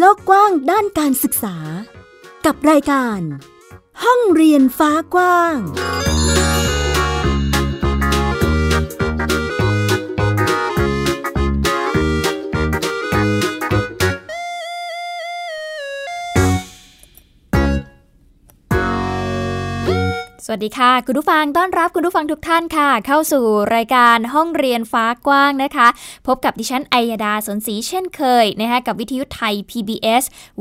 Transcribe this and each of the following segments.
ลกกว้างด้านการศึกษากับรายการห้องเรียนฟ้ากว้างสวัสดีค่ะคุณผู้ฟังต้อนรับคุณผู้ฟังทุกท่านค่ะเข้าสู่รายการห้องเรียนฟ้ากว้างนะคะพบกับดิฉันอัยดาสนศรีเช่นเคยนะคะกับวิทยุไทย PBS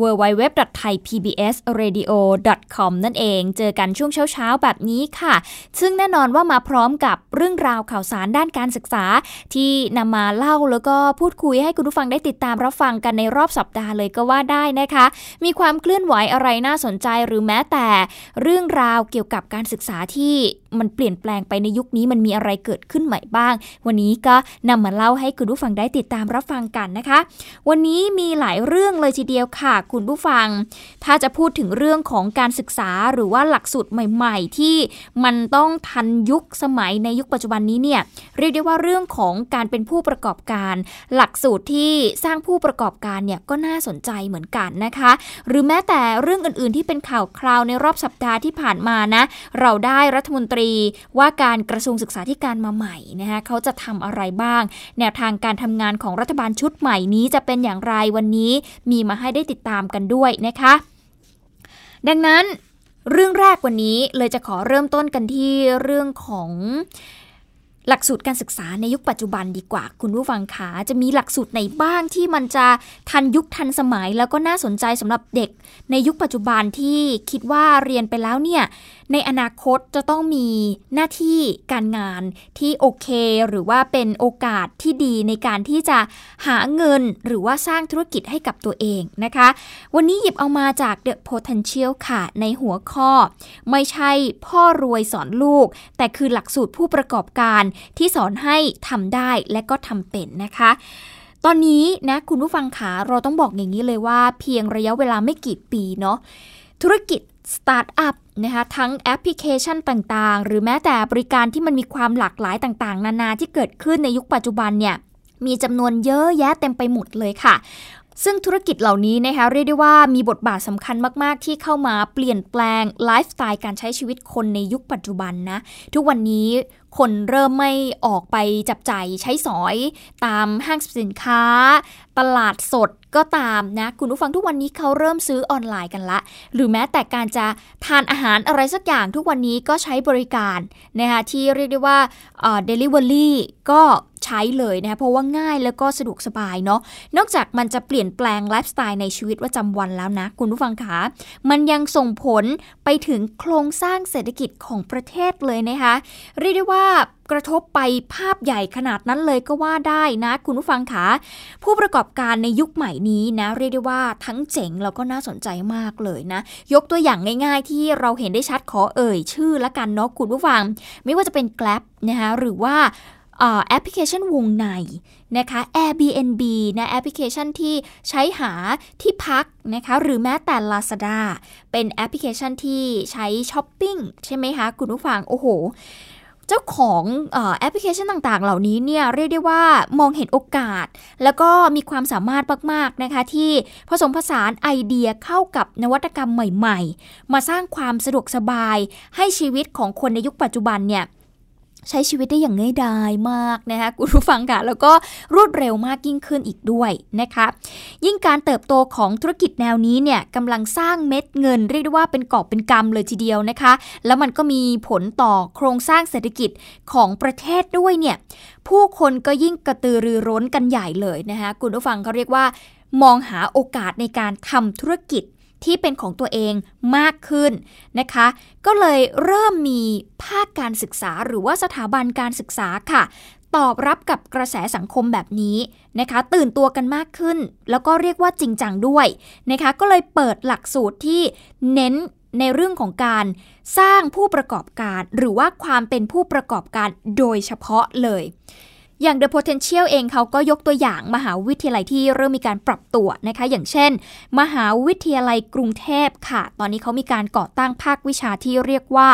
www.thaipbsradio.com นั่นเองเจอกันช่วงเช้าๆแบบนี้ค่ะซึ่งแน่นอนว่ามาพร้อมกับเรื่องราวข่าวสารด้านการศึกษาที่นำมาเล่าแล้วก็พูดคุยให้คุณผู้ฟังได้ติดตามรับฟังกันในรอบสัปดาห์เลยก็ว่าได้นะคะมีความเคลื่อนไหวอะไรน่าสนใจหรือแม้แต่เรื่องราวเกี่ยวกับการศึกษาที่มันเปลี่ยนแปลงไปในยุคนี้มันมีอะไรเกิดขึ้นใหม่บ้างวันนี้ก็นำมาเล่าให้คุณผู้ฟังได้ติดตามรับฟังกันนะคะวันนี้มีหลายเรื่องเลยทีเดียวค่ะคุณผู้ฟังถ้าจะพูดถึงเรื่องของการศึกษาหรือว่าหลักสูตรใหม่ๆที่มันต้องทันยุคสมัยในยุคปัจจุบันนี้เนี่ยเรียกได้ว่าเรื่องของการเป็นผู้ประกอบการหลักสูตรที่สร้างผู้ประกอบการเนี่ยก็น่าสนใจเหมือนกันนะคะหรือแม้แต่เรื่องอื่นๆที่เป็นข่าวคราวในรอบสัปดาห์ที่ผ่านมานะเราได้รัฐมนตรีว่าการกระทรวงศึกษาธิการมาใหม่นะคะเขาจะทำอะไรบ้างแนวทางการทำงานของรัฐบาลชุดใหม่นี้จะเป็นอย่างไรวันนี้มีมาให้ได้ติดตามกันด้วยนะคะดังนั้นเรื่องแรกวันนี้เลยจะขอเริ่มต้นกันที่เรื่องของหลักสูตรการศึกษาในยุคปัจจุบันดีกว่าคุณผู้ฟังคะจะมีหลักสูตรไหนบ้างที่มันจะทันยุคทันสมัยแล้วก็น่าสนใจสำหรับเด็กในยุคปัจจุบันที่คิดว่าเรียนไปแล้วเนี่ยในอนาคตจะต้องมีหน้าที่การงานที่โอเคหรือว่าเป็นโอกาสที่ดีในการที่จะหาเงินหรือว่าสร้างธุรกิจให้กับตัวเองนะคะวันนี้หยิบเอามาจาก The Potential ค่ะในหัวข้อไม่ใช่พ่อรวยสอนลูกแต่คือหลักสูตรผู้ประกอบการที่สอนให้ทำได้และก็ทำเป็นนะคะตอนนี้นะคุณผู้ฟังขาเราต้องบอกอย่างนี้เลยว่าเพียงระยะเวลาไม่กี่ปีเนาะธุรกิจสตาร์ทอัพนะคะทั้งแอปพลิเคชันต่างๆหรือแม้แต่บริการที่มันมีความหลากหลายต่างๆนานาที่เกิดขึ้นในยุคปัจจุบันเนี่ยมีจำนวนเยอะแยะเต็มไปหมดเลยค่ะซึ่งธุรกิจเหล่านี้นะคะเรียกได้ว่ามีบทบาทสำคัญมากๆที่เข้ามาเปลี่ยนแปลงไลฟ์สไตล์การใช้ชีวิตคนในยุคปัจจุบันนะทุกวันนี้คนเริ่มไม่ออกไปจับจ่ายใช้สอยตามห้างสินค้าตลาดสดก็ตามนะคุณผู้ฟังทุกวันนี้เขาเริ่มซื้อออนไลน์กันละหรือแม้แต่การจะทานอาหารอะไรสักอย่างทุกวันนี้ก็ใช้บริการนะคะที่เรียกได้ว่าdelivery ก็ใช้เลยนะคะเพราะว่าง่ายแล้วก็สะดวกสบายเนาะนอกจากมันจะเปลี่ยนแปลงไลฟ์สไตล์ในชีวิตประจำวันแล้วนะคุณผู้ฟังคะมันยังส่งผลไปถึงโครงสร้างเศรษฐกิจของประเทศเลยนะคะเรียกได้ว่ากระทบไปภาพใหญ่ขนาดนั้นเลยก็ว่าได้นะคุณผู้ฟังคะผู้ประกอบการในยุคใหม่นี้นะเรียกได้ว่าทั้งเจ๋งแล้วก็น่าสนใจมากเลยนะยกตัวอย่างง่ายๆที่เราเห็นได้ชัดขอเอ่ยชื่อละกันเนาะคุณผู้ฟังไม่ว่าจะเป็น Grab นะคะหรือว่าแอปพลิเคชันวงในนะคะ Airbnb นะแอปพลิเคชันที่ใช้หาที่พักนะคะหรือแม้แต่ Lazada เป็นแอปพลิเคชันที่ใช้ช้อปปิ้งใช่ไหมคะคุณผู้ฟังโอ้โหเจ้าของแอปพลิเคชันต่างๆเหล่านี้เนี่ยเรียกได้ว่ามองเห็นโอกาสแล้วก็มีความสามารถมากๆนะคะที่ผสมผสานไอเดียเข้ากับนวัตกรรมใหม่ๆมาสร้างความสะดวกสบายให้ชีวิตของคนในยุคปัจจุบันเนี่ยใช้ชีวิตได้อย่างง่ายดายมากนะคะคุณผู้ฟังค่ะแล้วก็รวดเร็วมากยิ่งขึ้นอีกด้วยนะคะยิ่งการเติบโตของธุรกิจแนวนี้เนี่ยกำลังสร้างเม็ดเงินเรียกได้ว่าเป็นกอบเป็นกำเลยทีเดียวนะคะแล้วมันก็มีผลต่อโครงสร้างเศรษฐกิจของประเทศด้วยเนี่ยผู้คนก็ยิ่งกระตือรือร้นกันใหญ่เลยนะคะคุณผู้ฟังเขาเรียกว่ามองหาโอกาสในการทำธุรกิจที่เป็นของตัวเองมากขึ้นนะคะก็เลยเริ่มมีภาคการศึกษาหรือว่าสถาบันการศึกษาค่ะตอบรับกับกระแสสังคมแบบนี้นะคะตื่นตัวกันมากขึ้นแล้วก็เรียกว่าจริงจังด้วยนะคะก็เลยเปิดหลักสูตรที่เน้นในเรื่องของการสร้างผู้ประกอบการหรือว่าความเป็นผู้ประกอบการโดยเฉพาะเลยอย่าง The Potential เองเขาก็ยกตัวอย่างมหาวิทยาลัยที่เริ่มมีการปรับตัวนะคะอย่างเช่นมหาวิทยาลัยกรุงเทพค่ะตอนนี้เขามีการก่อตั้งภาควิชาที่เรียกว่า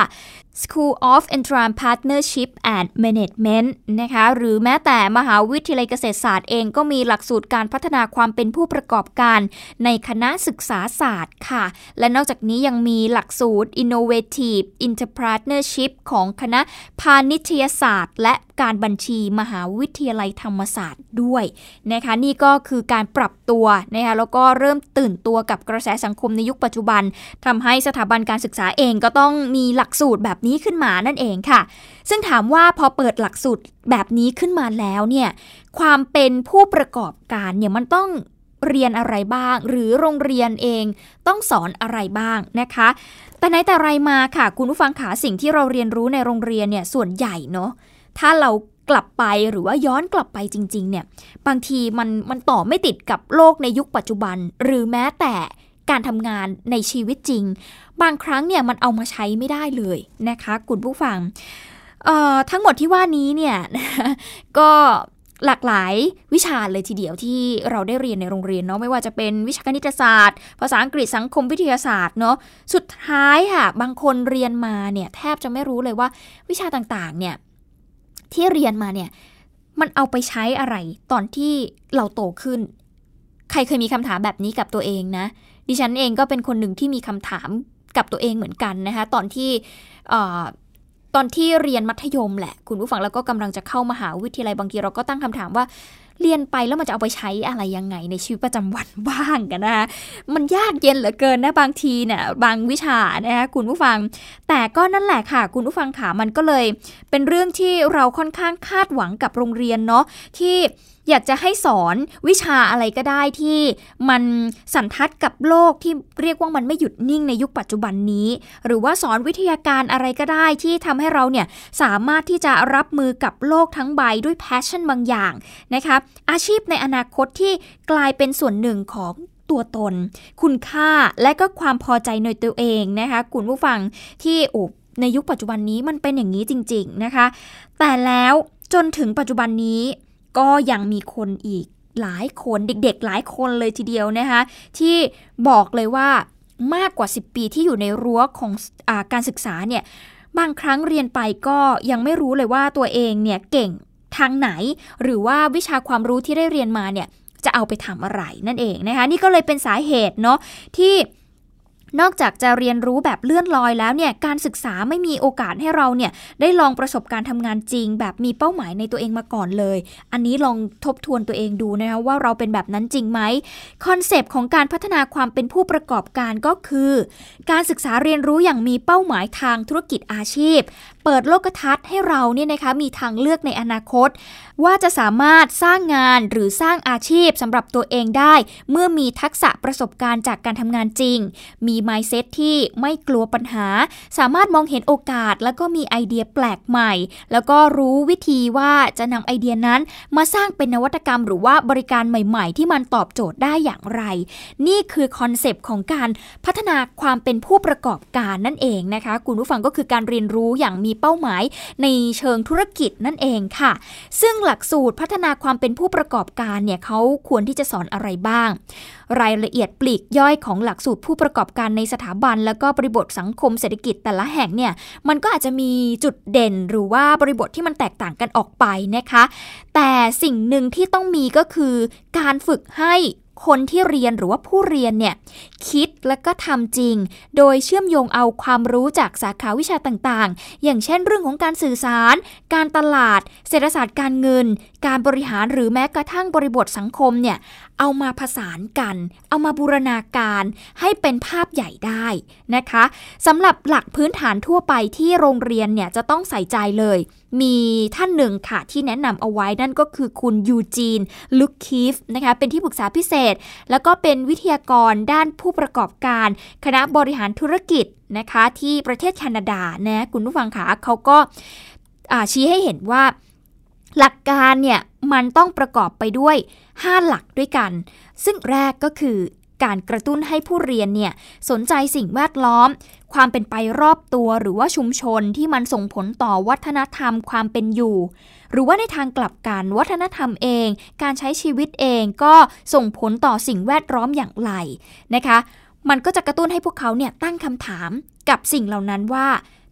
School of Entrepreneurship and Management นะคะหรือแม้แต่มหาวิทยาลัยเกษตรศาสตร์เองก็มีหลักสูตรการพัฒนาความเป็นผู้ประกอบการในคณะศึกษาศาสตร์ค่ะและนอกจากนี้ยังมีหลักสูตร Innovative Entrepreneurship ของคณะพาณิชยศาสตร์และการบัญชีมหาวิทยาลัยธรรมศาสตร์ด้วยนะคะนี่ก็คือการปรับตัวนะคะแล้วก็เริ่มตื่นตัวกับกระแสสังคมในยุคปัจจุบันทำให้สถาบันการศึกษาเองก็ต้องมีหลักสูตรแบบนี้ขึ้นมานั่นเองค่ะซึ่งถามว่าพอเปิดหลักสูตรแบบนี้ขึ้นมาแล้วเนี่ยความเป็นผู้ประกอบการเนี่ยมันต้องเรียนอะไรบ้างหรือโรงเรียนเองต้องสอนอะไรบ้างนะคะแต่ไหนแต่ไรมาค่ะคุณผู้ฟังขาสิ่งที่เราเรียนรู้ในโรงเรียนเนี่ยส่วนใหญ่เนาะถ้าเรากลับไปหรือว่าย้อนกลับไปจริงๆเนี่ยบางทีมันต่อไม่ติดกับโลกในยุคปัจจุบันหรือแม้แต่การทำงานในชีวิตจริงบางครั้งเนี่ยมันเอามาใช้ไม่ได้เลยนะคะคุณผู้ฟังทั้งหมดที่ว่านี้เนี่ยก็หลากหลายวิชาเลยทีเดียวที่เราได้เรียนในโรงเรียนเนาะไม่ว่าจะเป็นวิชาคณิตศาสตร์ภาษาอังกฤษสังคมวิทยาศาสตร์เนาะสุดท้ายค่ะบางคนเรียนมาเนี่ยแทบจะไม่รู้เลยว่าวิชาต่างๆเนี่ยที่เรียนมาเนี่ยมันเอาไปใช้อะไรตอนที่เราโตขึ้นใครเคยมีคำถามแบบนี้กับตัวเองนะดิฉันเองก็เป็นคนหนึ่งที่มีคำถามกับตัวเองเหมือนกันนะคะตอนที่เรียนมัธยมแหละคุณผู้ฟังแล้วก็กำลังจะเข้ามหาวิทยาลัยบางทีเราก็ตั้งคำถามว่าเรียนไปแล้วมันจะเอาไปใช้อะไรยังไงในชีวิตประจำวันบ้างกันนะคะมันยากเย็นเหลือเกินนะบางทีเนี่ยบางวิชานะคะคุณผู้ฟังแต่ก็นั่นแหละค่ะคุณผู้ฟังค่ะมันก็เลยเป็นเรื่องที่เราค่อนข้างคาดหวังกับโรงเรียนเนาะที่อยากจะให้สอนวิชาอะไรก็ได้ที่มันสันทัดกับโลกที่เรียกว่ามันไม่หยุดนิ่งในยุคปัจจุบันนี้หรือว่าสอนวิทยาการอะไรก็ได้ที่ทำให้เราเนี่ยสามารถที่จะรับมือกับโลกทั้งใบด้วยแพชชั่นบางอย่างนะคะอาชีพในอนาคตที่กลายเป็นส่วนหนึ่งของตัวตนคุณค่าและก็ความพอใจในตัวเองนะคะคุณผู้ฟังที่ในยุคปัจจุบันนี้มันเป็นอย่างนี้จริงๆนะคะแต่แล้วจนถึงปัจจุบันนี้ก็ยังมีคนอีกหลายคนเด็กๆหลายคนเลยทีเดียวนะคะที่บอกเลยว่ามากกว่า10ปีที่อยู่ในรั้วของการศึกษาเนี่ยบางครั้งเรียนไปก็ยังไม่รู้เลยว่าตัวเองเนี่ยเก่งทางไหนหรือว่าวิชาความรู้ที่ได้เรียนมาเนี่ยจะเอาไปทำอะไรนั่นเองนะคะนี่ก็เลยเป็นสาเหตุเนาะที่นอกจากจะเรียนรู้แบบเลื่อนลอยแล้วเนี่ยการศึกษาไม่มีโอกาสให้เราเนี่ยได้ลองประสบการณ์ทำงานจริงแบบมีเป้าหมายในตัวเองมาก่อนเลยอันนี้ลองทบทวนตัวเองดูนะคะว่าเราเป็นแบบนั้นจริงไหมคอนเซปต์ของการพัฒนาความเป็นผู้ประกอบการก็คือการศึกษาเรียนรู้อย่างมีเป้าหมายทางธุรกิจอาชีพเปิดโลกทัศน์ให้เราเนี่ยนะคะมีทางเลือกในอนาคตว่าจะสามารถสร้างงานหรือสร้างอาชีพสำหรับตัวเองได้เมื่อมีทักษะประสบการณ์จากการทำงานจริงมี mindset ที่ไม่กลัวปัญหาสามารถมองเห็นโอกาสแล้วก็มีไอเดียแปลกใหม่แล้วก็รู้วิธีว่าจะนำไอเดียนั้นมาสร้างเป็นนวัตกรรมหรือว่าบริการใหม่ๆที่มันตอบโจทย์ได้อย่างไรนี่คือคอนเซปต์ของการพัฒนาความเป็นผู้ประกอบการนั่นเองนะคะคุณผู้ฟังก็คือการเรียนรู้อย่างมีเป้าหมายในเชิงธุรกิจนั่นเองค่ะซึ่งหลักสูตรพัฒนาความเป็นผู้ประกอบการเนี่ยเขาควรที่จะสอนอะไรบ้างรายละเอียดปลีกย่อยของหลักสูตรผู้ประกอบการในสถาบันแล้วก็บริบทสังคมเศรษฐกิจแต่ละแห่งเนี่ยมันก็อาจจะมีจุดเด่นหรือว่าบริบทที่มันแตกต่างกันออกไปนะคะแต่สิ่งหนึ่งที่ต้องมีก็คือการฝึกให้คนที่เรียนหรือว่าผู้เรียนเนี่ยคิดและก็ทำจริงโดยเชื่อมโยงเอาความรู้จากสาขาวิชาต่างๆอย่างเช่นเรื่องของการสื่อสารการตลาดเศรษฐศาสตร์การเงินการบริหารหรือแม้กระทั่งบริบทสังคมเนี่ยเอามาผสานกันเอามาบูรณาการให้เป็นภาพใหญ่ได้นะคะสำหรับหลักพื้นฐานทั่วไปที่โรงเรียนเนี่ยจะต้องใส่ใจเลยมีท่านหนึ่งค่ะที่แนะนำเอาไว้นั่นก็คือคุณยูจีนลุคคีฟนะคะเป็นที่ปรึกษาพิเศษแล้วก็เป็นวิทยากรด้านผู้ประกอบการคณะบริหารธุรกิจนะคะที่ประเทศแคนาดานะคุณผู้ฟังคะเขาก็ชี้ให้เห็นว่าหลักการเนี่ยมันต้องประกอบไปด้วย5หลักด้วยกันซึ่งแรกก็คือการกระตุ้นให้ผู้เรียนเนี่ยสนใจสิ่งแวดล้อมความเป็นไปรอบตัวหรือว่าชุมชนที่มันส่งผลต่อวัฒนธรรมความเป็นอยู่หรือว่าในทางกลับกันวัฒนธรรมเองการใช้ชีวิตเองก็ส่งผลต่อสิ่งแวดล้อมอย่างไรนะคะมันก็จะกระตุ้นให้พวกเขาเนี่ยตั้งคำถามกับสิ่งเหล่านั้นว่า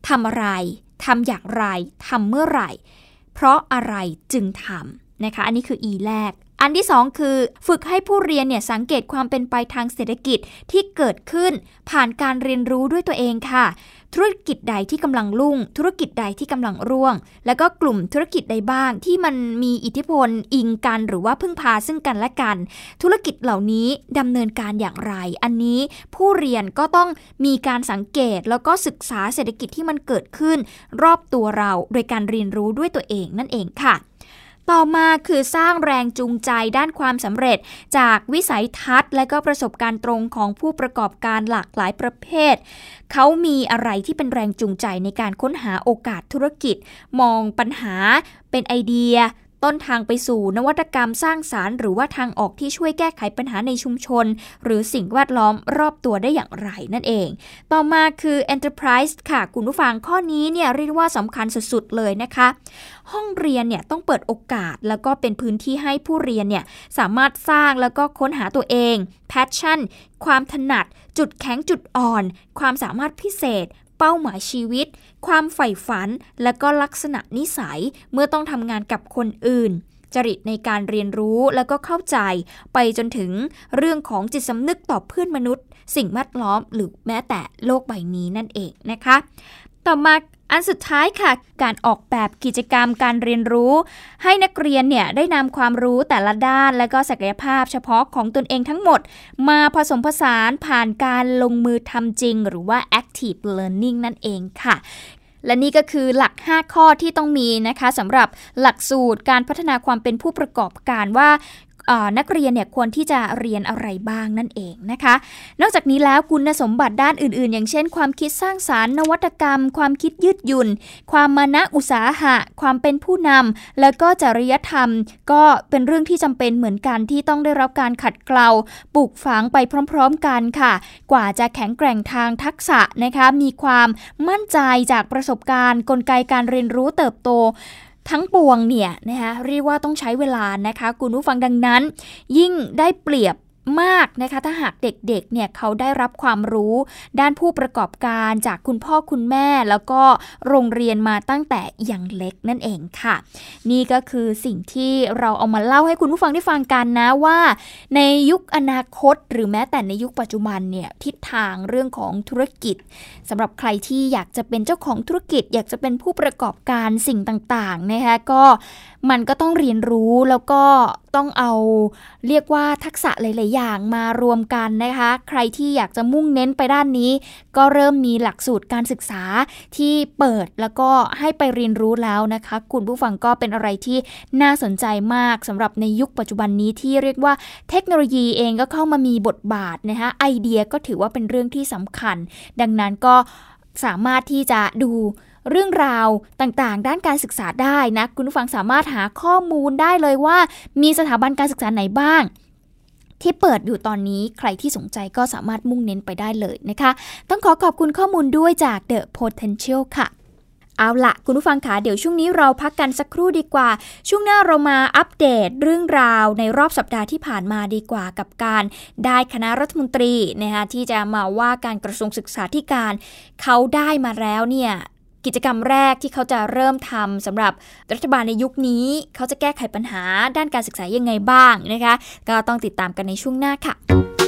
ทำอะไรทำอย่างไรทำเมื่อไหร่เพราะอะไรจึงทำนะคะอันนี้คือ E แรกอันที่2คือฝึกให้ผู้เรียนเนี่ยสังเกตความเป็นไปทางเศรษฐกิจที่เกิดขึ้นผ่านการเรียนรู้ด้วยตัวเองค่ะธุรกิจใดที่กำลังรุ่งธุรกิจใดที่กำลังร่วงแล้วก็กลุ่มธุรกิจใดบ้างที่มันมีอิทธิพลอิงกันหรือว่าพึ่งพาซึ่งกันและกันธุรกิจเหล่านี้ดำเนินการอย่างไรอันนี้ผู้เรียนก็ต้องมีการสังเกตแล้วก็ศึกษาเศรษฐกิจที่มันเกิดขึ้นรอบตัวเราโดยการเรียนรู้ด้วยตัวเองนั่นเองค่ะต่อมาคือสร้างแรงจูงใจด้านความสำเร็จจากวิสัยทัศน์และก็ประสบการณ์ตรงของผู้ประกอบการหลากหลายประเภทเขามีอะไรที่เป็นแรงจูงใจในการค้นหาโอกาสธุรกิจมองปัญหาเป็นไอเดียต้นทางไปสู่นวัตกรรมสร้างสรรค์หรือว่าทางออกที่ช่วยแก้ไขปัญหาในชุมชนหรือสิ่งแวดล้อมรอบตัวได้อย่างไรนั่นเองต่อมาคือ Enterprise ค่ะคุณผู้ฟังข้อนี้เนี่ยเรียกว่าสำคัญสุดๆเลยนะคะห้องเรียนเนี่ยต้องเปิดโอกาสแล้วก็เป็นพื้นที่ให้ผู้เรียนเนี่ยสามารถสร้างแล้วก็ค้นหาตัวเอง Passion ความถนัดจุดแข็งจุดอ่อนความสามารถพิเศษเป้าหมายชีวิตความใฝ่ฝันและก็ลักษณะนิสัยเมื่อต้องทำงานกับคนอื่นจริตในการเรียนรู้แล้วก็เข้าใจไปจนถึงเรื่องของจิตสำนึกต่อเพื่อนมนุษย์สิ่งแวดล้อมหรือแม้แต่โลกใบนี้นั่นเองนะคะต่อมาอันสุดท้ายค่ะการออกแบบกิจกรรมการเรียนรู้ให้นักเรียนเนี่ยได้นำความรู้แต่ละด้านและก็ศักยภาพเฉพาะของตนเองทั้งหมดมาผสมผสานผ่านการลงมือทำจริงหรือว่า active learning นั่นเองค่ะและนี่ก็คือหลัก5ข้อที่ต้องมีนะคะสำหรับหลักสูตรการพัฒนาความเป็นผู้ประกอบการว่านักเรียนเนี่ยควรที่จะเรียนอะไรบ้างนั่นเองนะคะนอกจากนี้แล้วคุณสมบัติด้านอื่นๆอย่างเช่นความคิดสร้างสรรค์นวัตกรรมความคิดยืดหยุ่นความมานะอุตสาหะความเป็นผู้นำแล้วก็จริยธรรมก็เป็นเรื่องที่จำเป็นเหมือนกันที่ต้องได้รับการขัดเกลาปลูกฝังไปพร้อมๆกันค่ะกว่าจะแข็งแกร่งทางทักษะนะคะมีความมั่นใจจากประสบการณ์กลไกการเรียนรู้เติบโตทั้งปวงเนี่ยนะคะเรียกว่าต้องใช้เวลานะคะคุณผู้ฟังดังนั้นยิ่งได้เปรียบมากนะคะถ้าหากเด็กๆเนี่ยเขาได้รับความรู้ด้านผู้ประกอบการจากคุณพ่อคุณแม่แล้วก็โรงเรียนมาตั้งแต่ยังเล็กนั่นเองค่ะนี่ก็คือสิ่งที่เราเอามาเล่าให้คุณผู้ฟังได้ฟังกันนะว่าในยุคอนาคตหรือแม้แต่ในยุคปัจจุบันเนี่ยทิศทางเรื่องของธุรกิจสำหรับใครที่อยากจะเป็นเจ้าของธุรกิจอยากจะเป็นผู้ประกอบการสิ่งต่างๆนะคะก็มันก็ต้องเรียนรู้แล้วก็ต้องเอาเรียกว่าทักษะหลายๆอย่างมารวมกันนะคะใครที่อยากจะมุ่งเน้นไปด้านนี้ก็เริ่มมีหลักสูตรการศึกษาที่เปิดแล้วก็ให้ไปเรียนรู้แล้วนะคะคุณผู้ฟังก็เป็นอะไรที่น่าสนใจมากสำหรับในยุคปัจจุบันนี้ที่เรียกว่าเทคโนโลยีเองก็เข้ามามีบทบาทนะคะไอเดียก็ถือว่าเป็นเรื่องที่สำคัญดังนั้นก็สามารถที่จะดูเรื่องราวต่างๆด้านการศึกษาได้นะคุณผู้ฟังสามารถหาข้อมูลได้เลยว่ามีสถาบันการศึกษาไหนบ้างที่เปิดอยู่ตอนนี้ใครที่สนใจก็สามารถมุ่งเน้นไปได้เลยนะคะต้องขอบคุณข้อมูลด้วยจาก The Potential ค่ะเอาละคุณผู้ฟังคะเดี๋ยวช่วงนี้เราพักกันสักครู่ดีกว่าช่วงหน้าเรามาอัปเดตเรื่องราวในรอบสัปดาห์ที่ผ่านมาดีกว่ากับการได้คณะรัฐมนตรีนะคะที่จะมาว่าการกระทรวงศึกษาธิการเขาได้มาแล้วเนี่ยกิจกรรมแรกที่เขาจะเริ่มทำสำหรับรัฐบาลในยุคนี้เขาจะแก้ไขปัญหาด้านการศึกษายังไงบ้างนะคะก็ต้องติดตามกันในช่วงหน้าค่ะ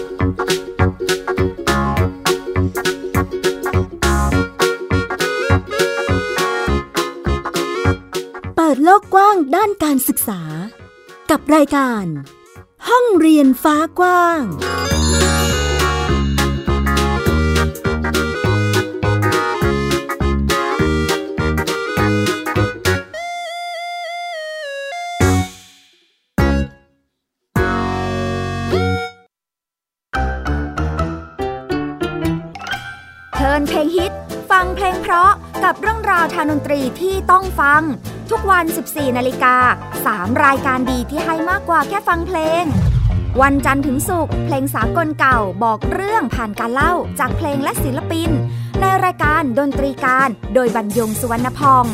เปิดโลกกว้างด้านการศึกษากับรายการห้องเรียนฟ้ากว้างเพลงฮิตฟังเพลงเพราะกับเรื่องราวทางดนตรีที่ต้องฟังทุกวัน 14 นาฬิกา 3 รายการดีที่ให้มากกว่าแค่ฟังเพลงวันจันทร์ถึงศุกร์เพลงสากลเก่าบอกเรื่องผ่านการเล่าจากเพลงและศิลปินในรายการดนตรีการโดยบรรยงสุวรรณพอง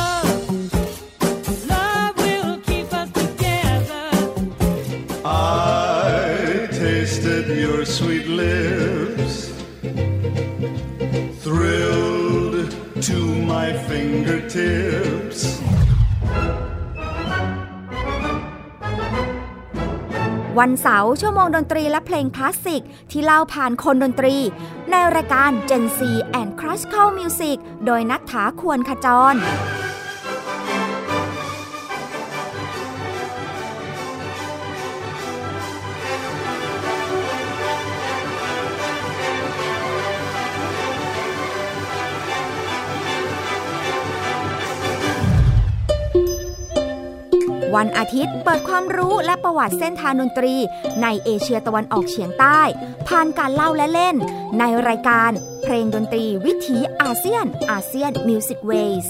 Your sweet lips thrilled to fingertips. วันเสาร์ชั่วโมงดนตรีและเพลงคลาสสิกที่เล่าผ่านคนดนตรีในรายการ Gen Z and Classical Music โดยณัฐฐา ควรขจรวันอาทิตย์เปิดความรู้และประวัติเส้นทางดนตรีในเอเชียตะวันออกเฉียงใต้ผ่านการเล่าและเล่นในรายการเพลงดนตรีวิถีอาเซียน ASEAN Music Ways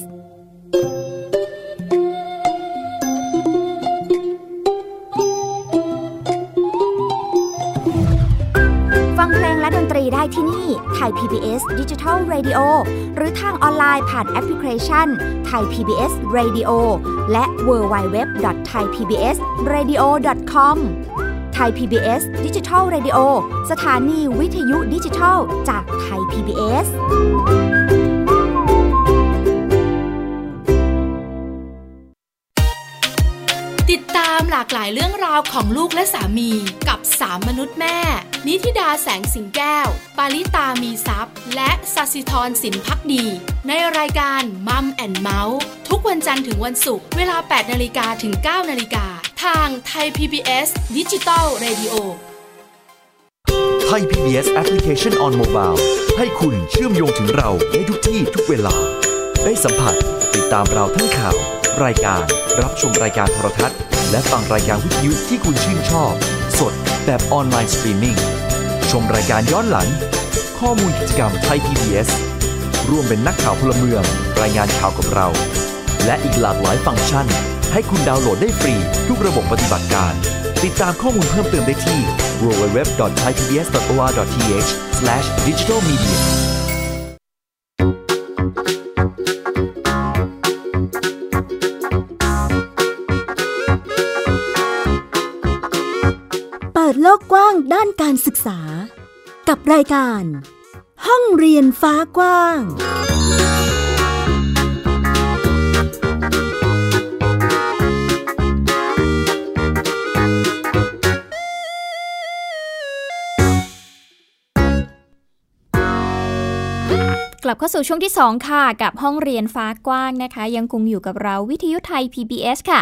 ฟังเพลงและดนตรีได้ที่นี่ไทย PBS Digital Radio หรือทางออนไลน์ผ่านแอปพลิเคชัน Thai PBS Radio และ www.thaipbsradio.com Thai PBS Digital Radio สถานีวิทยุดิจิทัลจากไทย PBS ติดตามหลากหลายเรื่องราวของลูกและสามีกับ3มนุษย์แม่นิธิดาแสงสิงแก้วปาริตามีทรัพย์และศศิธรสินภักดีในรายการมัมแอนด์เมาส์ทุกวันจันทร์ถึงวันศุกร์เวลา 8:00 นถึง 9:00 นทางไทย PBS Digital Radio ไทย PBS Application on Mobile ให้คุณเชื่อมโยงถึงเราได้ทุกที่ทุกเวลาได้สัมผัสติดตามเราทั้งข่าวรายการรับชมรายการโทรทัศน์และฟังรายการวิทยุที่คุณชื่นชอบสดแบบออนไลน์สตรีมมิ่งชมรายการย้อนหลังข้อมูลกิจกรรมไทย PBS ร่วมเป็นนักข่าวพลเมืองรายงานข่าวกับเราและอีกหลากหลายฟังก์ชันให้คุณดาวน์โหลดได้ฟรีทุกระบบปฏิบัติการติดตามข้อมูลเพิ่มเติมได้ที่ www.thaipbs.or.th/digitalmedia เปิดโลกกว้างด้านการศึกษากับรายการห้องเรียนฟ้ากว้างกลับเข้าสู่ช่วงที่2ค่ะกับห้องเรียนฟ้ากว้างนะคะยังคงอยู่กับเราวิทยุไทย PBS ค่ะ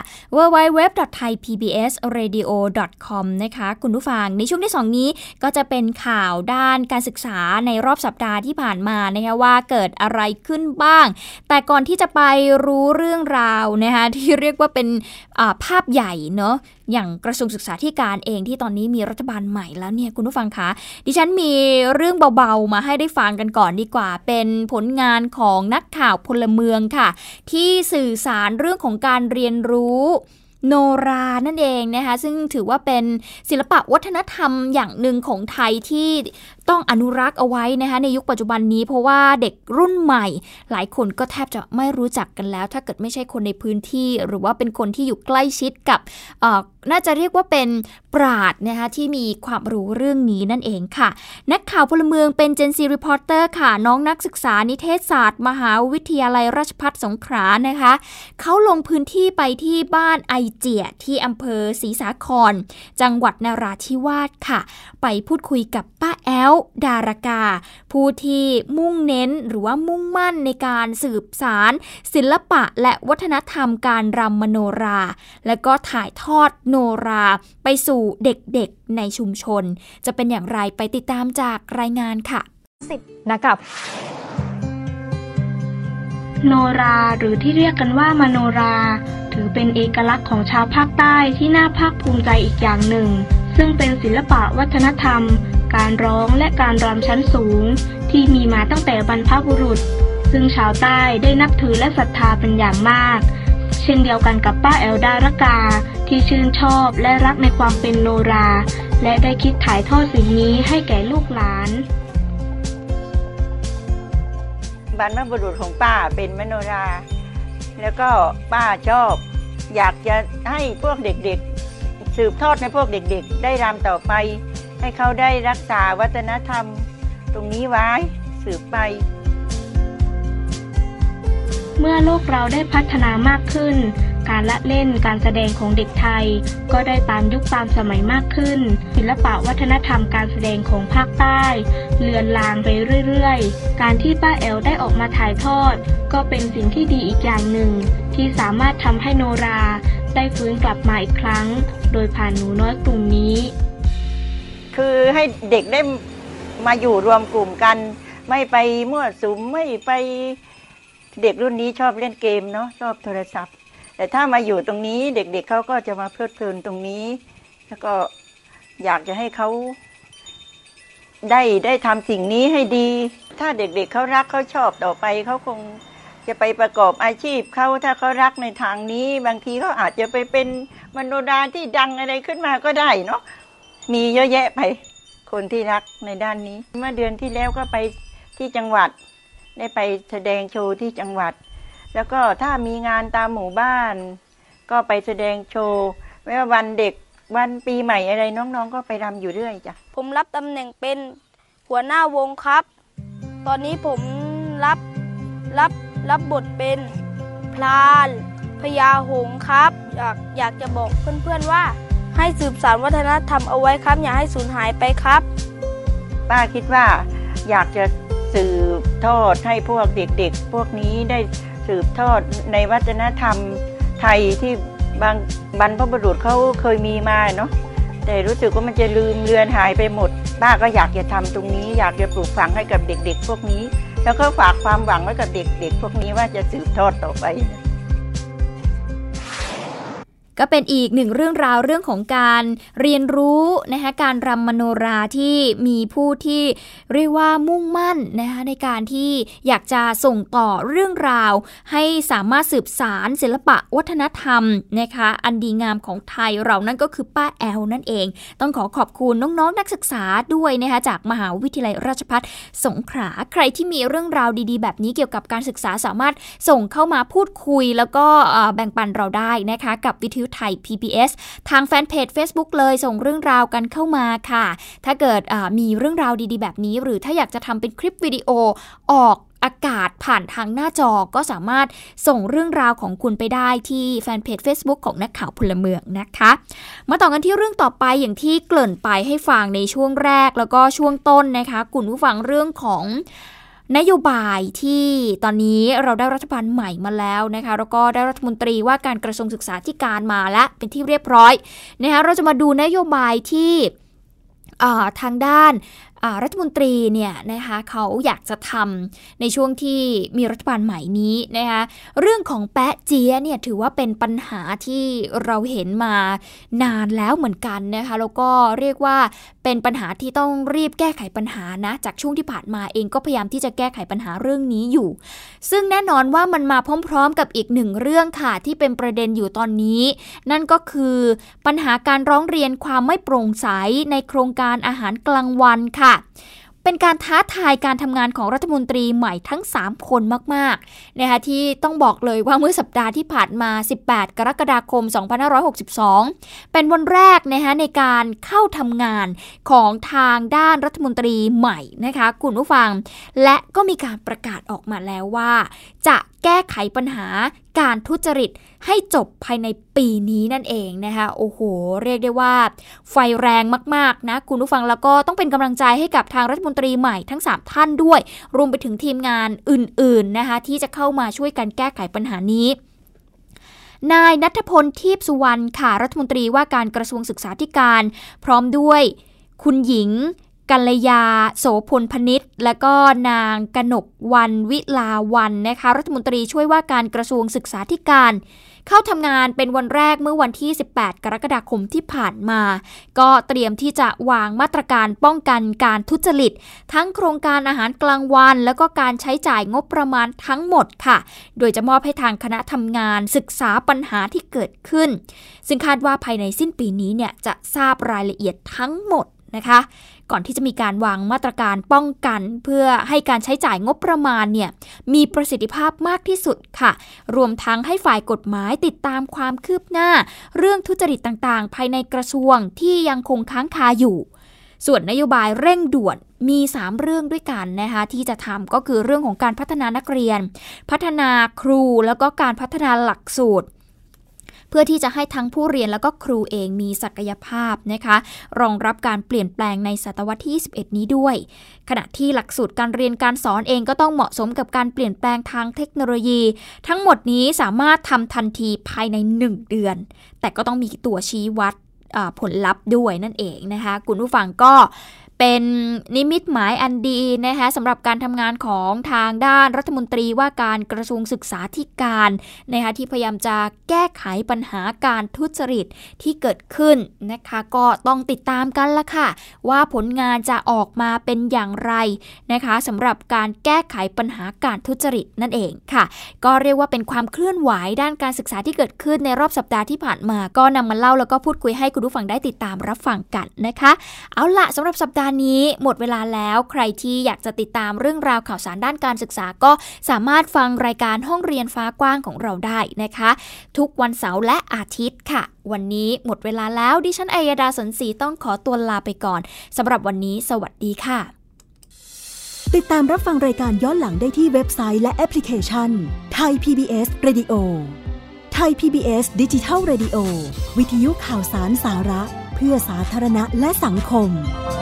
www.thaipbsradio.com นะคะคุณผู้ฟังในช่วงที่2นี้ก็จะเป็นข่าวด้านการศึกษาในรอบสัปดาห์ที่ผ่านมานะคะว่าเกิดอะไรขึ้นบ้างแต่ก่อนที่จะไปรู้เรื่องราวนะคะที่เรียกว่าเป็นภาพใหญ่เนาะอย่างกระทรวงศึกษาธิการเองที่ตอนนี้มีรัฐบาลใหม่แล้วเนี่ยคุณผู้ฟังคะดิฉันมีเรื่องเบาๆมาให้ได้ฟังกันก่อนดีกว่าเป็นผลงานของนักข่าวพลเมืองค่ะที่สื่อสารเรื่องของการเรียนรู้โนรานั่นเองนะคะซึ่งถือว่าเป็นศิลปะวัฒนธรรมอย่างหนึ่งของไทยที่ต้องอนุรักษ์เอาไว้นะคะในยุคปัจจุบันนี้เพราะว่าเด็กรุ่นใหม่หลายคนก็แทบจะไม่รู้จักกันแล้วถ้าเกิดไม่ใช่คนในพื้นที่หรือว่าเป็นคนที่อยู่ใกล้ชิดกับน่าจะเรียกว่าเป็นปราชญ์นะคะที่มีความรู้เรื่องนี้นั่นเองค่ะนักข่าวพลเมืองเป็น Gen Z Reporter ค่ะน้องนักศึกษานิเทศศาสตร์มหาวิทยาลัยราชภัฏสงขลานะคะเขาลงพื้นที่ไปที่บ้านไอเจียที่อำเภอศรีสาครจังหวัดนราธิวาสค่ะไปพูดคุยกับป้าแอ้วดารากาผู้ที่มุ่งเน้นหรือว่ามุ่งมั่นในการสืบสานศิลปะและวัฒนธรรมการรำมโนราและก็ถ่ายทอดโนราไปสู่เด็กๆในชุมชนจะเป็นอย่างไรไปติดตามจากรายงานค่ะนะครับโนราหรือที่เรียกกันว่ามโนราถือเป็นเอกลักษณ์ของชาวภาคใต้ที่น่าภาคภูมิใจอีกอย่างหนึ่งซึ่งเป็นศิลปะวัฒนธรรมการร้องและการรำชั้นสูงที่มีมาตั้งแต่บรรพบุรุษซึ่งชาวใต้ได้นับถือและศรัทธาเป็นอย่างมากเช่นเดียวกันกับป้าแอลดารากาที่ชื่นชอบและรักในความเป็นโนราและได้คิดถ่ายทอดสิ่งนี้ให้แก่ลูกหลานบรรพบุรุษของป้าเป็นมโนราแล้วก็ป้าชอบอยากจะให้พวกเด็กๆสืบทอดในพวกเด็กๆได้รำต่อไปให้เขาได้รักษาวัฒนธรรมตรงนี้ไว้สืบไปเมื่อโลกเราได้พัฒนามากขึ้นการละเล่นการแสดงของเด็กไทยก็ได้ตามยุคตามสมัยมากขึ้นศิลปะวัฒนธรรมการแสดงของภาคใต้เลือนลางไปเรื่อยๆการที่ป้าแอลได้ออกมาถ่ายทอดก็เป็นสิ่งที่ดีอีกอย่างหนึ่งที่สามารถทำให้โนราได้ฟื้นกลับมาอีกครั้งโดยผ่านหนูน้อยกลุ่มนี้คือให้เด็กได้มาอยู่รวมกลุ่มกันไม่ไปมั่วสุมไม่ไปเด็กรุ่นนี้ชอบเล่นเกมเนาะชอบโทรศัพท์แต่ถ้ามาอยู่ตรงนี้เด็กๆเขาก็จะมาเพลิดเพลินตรงนี้แล้วก็อยากจะให้เขาได้ทำสิ่งนี้ให้ดีถ้าเด็กๆเขารักเขาชอบต่อไปเขาคงจะไปประกอบอาชีพเขาถ้าเขารักในทางนี้บางทีเขาอาจจะไปเป็นมโนราที่ดังอะไรขึ้นมาก็ได้เนาะมีเยอะแยะไปคนที่รักในด้านนี้เมื่อเดือนที่แล้วก็ไปที่จังหวัดได้ไปแสดงโชว์ที่จังหวัดแล้วก็ถ้ามีงานตามหมู่บ้านก็ไปแสดงโชว์ไม่ว่าวันเด็กวันปีใหม่อะไรน้องๆก็ไปรำอยู่เรื่อยจ้ะผมรับตำแหน่งเป็นหัวหน้าวงครับตอนนี้ผมรับบทเป็นพรานพญาหงส์ครับอยากจะบอกเพื่อนๆว่าให้สืบสานวัฒนธรรมเอาไว้ครับอย่าให้สูญหายไปครับป้าคิดว่าอยากจะสืบทอดให้พวกเด็กๆพวกนี้ได้สืบทอดในวัฒนธรรมไทยที่บางบรรพบุรุษเขาเคยมีมาเนาะแต่รู้สึกว่ามันจะลืมเลือนหายไปหมดป้าก็อยากจะทำตรงนี้อยากจะปลูกฝังให้กับเด็กๆพวกนี้แล้วก็ฝากความหวังไว้กับเด็กๆพวกนี้ว่าจะสืบทอดต่อไปก็เป็นอีกหนึ่งเรื่องราวเรื่องของการเรียนรู้นะคะการรำมโนราที่มีผู้ที่เรียกว่ามุ่งมั่นนะคะในการที่อยากจะส่งต่อเรื่องราวให้สามารถสืบสานศิลปะวัฒนธรรมนะคะอันดีงามของไทยเรานั่นก็คือป้าแอลนั่นเองต้องขอบคุณน้องๆนักศึกษาด้วยนะคะจากมหาวิทยาลัยราชภัฏสงขลาใครที่มีเรื่องราวดีๆแบบนี้เกี่ยวกับการศึกษาสามารถส่งเข้ามาพูดคุยแล้วก็แบ่งปันเราได้นะคะกับวิทยุไทย PBS ทางแฟนเพจ Facebook เลยส่งเรื่องราวกันเข้ามาค่ะถ้าเกิดมีเรื่องราวดีๆแบบนี้หรือถ้าอยากจะทำเป็นคลิปวิดีโอออกอากาศผ่านทางหน้าจอก็สามารถส่งเรื่องราวของคุณไปได้ที่แฟนเพจ Facebook ของนักข่าวพลเมืองนะคะมาต่อกันที่เรื่องต่อไปอย่างที่เกริ่นไปให้ฟังในช่วงแรกแล้วก็ช่วงต้นนะคะคุณผู้ฟังเรื่องของนโยบายที่ตอนนี้เราได้รัฐบาลใหม่มาแล้วนะคะแล้วก็ได้รัฐมนตรีว่าการกระทรวงศึกษาธิการมาและเป็นที่เรียบร้อยนะคะเราจะมาดูนโยบายที่ทางด้านรัฐมนตรีเนี่ยนะคะเขาอยากจะทำในช่วงที่มีรัฐบาลใหม่นี้นะคะเรื่องของแป๊ะเจี๊ยเนี่ยถือว่าเป็นปัญหาที่เราเห็นมานานแล้วเหมือนกันนะคะแล้วก็เรียกว่าเป็นปัญหาที่ต้องรีบแก้ไขปัญหานะจากช่วงที่ผ่านมาเองก็พยายามที่จะแก้ไขปัญหาเรื่องนี้อยู่ซึ่งแน่นอนว่ามันมาพร้อมๆกับอีกหนึ่งเรื่องค่ะที่เป็นประเด็นอยู่ตอนนี้นั่นก็คือปัญหาการร้องเรียนความไม่โปร่งใสในโครงการอาหารกลางวันค่ะเป็นการท้าทายการทำงานของรัฐมนตรีใหม่ทั้ง3คนมากๆนะคะที่ต้องบอกเลยว่าเมื่อสัปดาห์ที่ผ่านมา18กรกฎาคม2562เป็นวันแรกนะคะในการเข้าทำงานของทางด้านรัฐมนตรีใหม่นะคะคุณผู้ฟังและก็มีการประกาศออกมาแล้วว่าจะแก้ไขปัญหาการทุจริตให้จบภายในปีนี้นั่นเองนะคะโอ้โหเรียกได้ว่าไฟแรงมากๆนะคุณผู้ฟังแล้วก็ต้องเป็นกำลังใจให้กับทางรัฐมนตรีใหม่ทั้ง3ท่านด้วยรวมไปถึงทีมงานอื่นๆนะคะที่จะเข้ามาช่วยกันแก้ไขปัญหานี้นายณัฐพลทิพย์สุวรรณค่ะรัฐมนตรีว่าการกระทรวงศึกษาธิการพร้อมด้วยคุณหญิงกัลยาโสพลพนิชและก็นางกนกวรรณวิลาวันนะคะรัฐมนตรีช่วยว่าการกระทรวงศึกษาธิการเข้าทำงานเป็นวันแรกเมื่อวันที่18กรกฎาคมที่ผ่านมาก็เตรียมที่จะวางมาตรการป้องกันการทุจริตทั้งโครงการอาหารกลางวันแล้วก็การใช้จ่ายงบประมาณทั้งหมดค่ะโดยจะมอบให้ทางคณะทำงานศึกษาปัญหาที่เกิดขึ้นซึ่งคาดว่าภายในสิ้นปีนี้เนี่ยจะทราบรายละเอียดทั้งหมดนะคะก่อนที่จะมีการวางมาตรการป้องกันเพื่อให้การใช้จ่ายงบประมาณเนี่ยมีประสิทธิภาพมากที่สุดค่ะรวมทั้งให้ฝ่ายกฎหมายติดตามความคืบหน้าเรื่องทุจริตต่างๆภายในกระทรวงที่ยังคงค้างคาอยู่ส่วนนโยบายเร่งด่วนมี3เรื่องด้วยกันนะคะที่จะทำก็คือเรื่องของการพัฒนานักเรียนพัฒนาครูแล้วก็การพัฒนาหลักสูตรเพื่อที่จะให้ทั้งผู้เรียนแล้วก็ครูเองมีศักยภาพนะคะรองรับการเปลี่ยนแปลงในศตวรรษที่21นี้ด้วยขณะที่หลักสูตรการเรียนการสอนเองก็ต้องเหมาะสมกับการเปลี่ยนแปลงทางเทคโนโลยีทั้งหมดนี้สามารถทำทันทีภายใน1เดือนแต่ก็ต้องมีตัวชี้วัดผลลัพธ์ด้วยนั่นเองนะคะคุณผู้ฟังก็เป็นนิมิตหมายอันดีนะคะสำหรับการทำงานของทางด้านรัฐมนตรีว่าการกระทรวงศึกษาธิการนะคะที่พยายามจะแก้ไขปัญหาการทุจริตที่เกิดขึ้นนะคะก็ต้องติดตามกันละค่ะว่าผลงานจะออกมาเป็นอย่างไรนะคะสำหรับการแก้ไขปัญหาการทุจริตนั่นเองค่ะก็เรียกว่าเป็นความเคลื่อนไหวด้านการศึกษาที่เกิดขึ้นในรอบสัปดาห์ที่ผ่านมาก็นำมาเล่าแล้วก็พูดคุยให้คุณผู้ฟังได้ติดตามรับฟังกันนะคะเอาล่ะสำหรับสัปดาห์นี้หมดเวลาแล้วใครที่อยากจะติดตามเรื่องราวข่าวสารด้านการศึกษาก็สามารถฟังรายการห้องเรียนฟ้ากว้างของเราได้นะคะทุกวันเสาร์และอาทิตย์ค่ะวันนี้หมดเวลาแล้วดิฉันอัยดาสนศรีต้องขอตัวลาไปก่อนสำหรับวันนี้สวัสดีค่ะติดตามรับฟังรายการย้อนหลังได้ที่เว็บไซต์และแอปพลิเคชัน Thai PBS Radio Thai PBS Digital Radio วิทยุข่าวสารสาระเพื่อสาธารณะและสังคม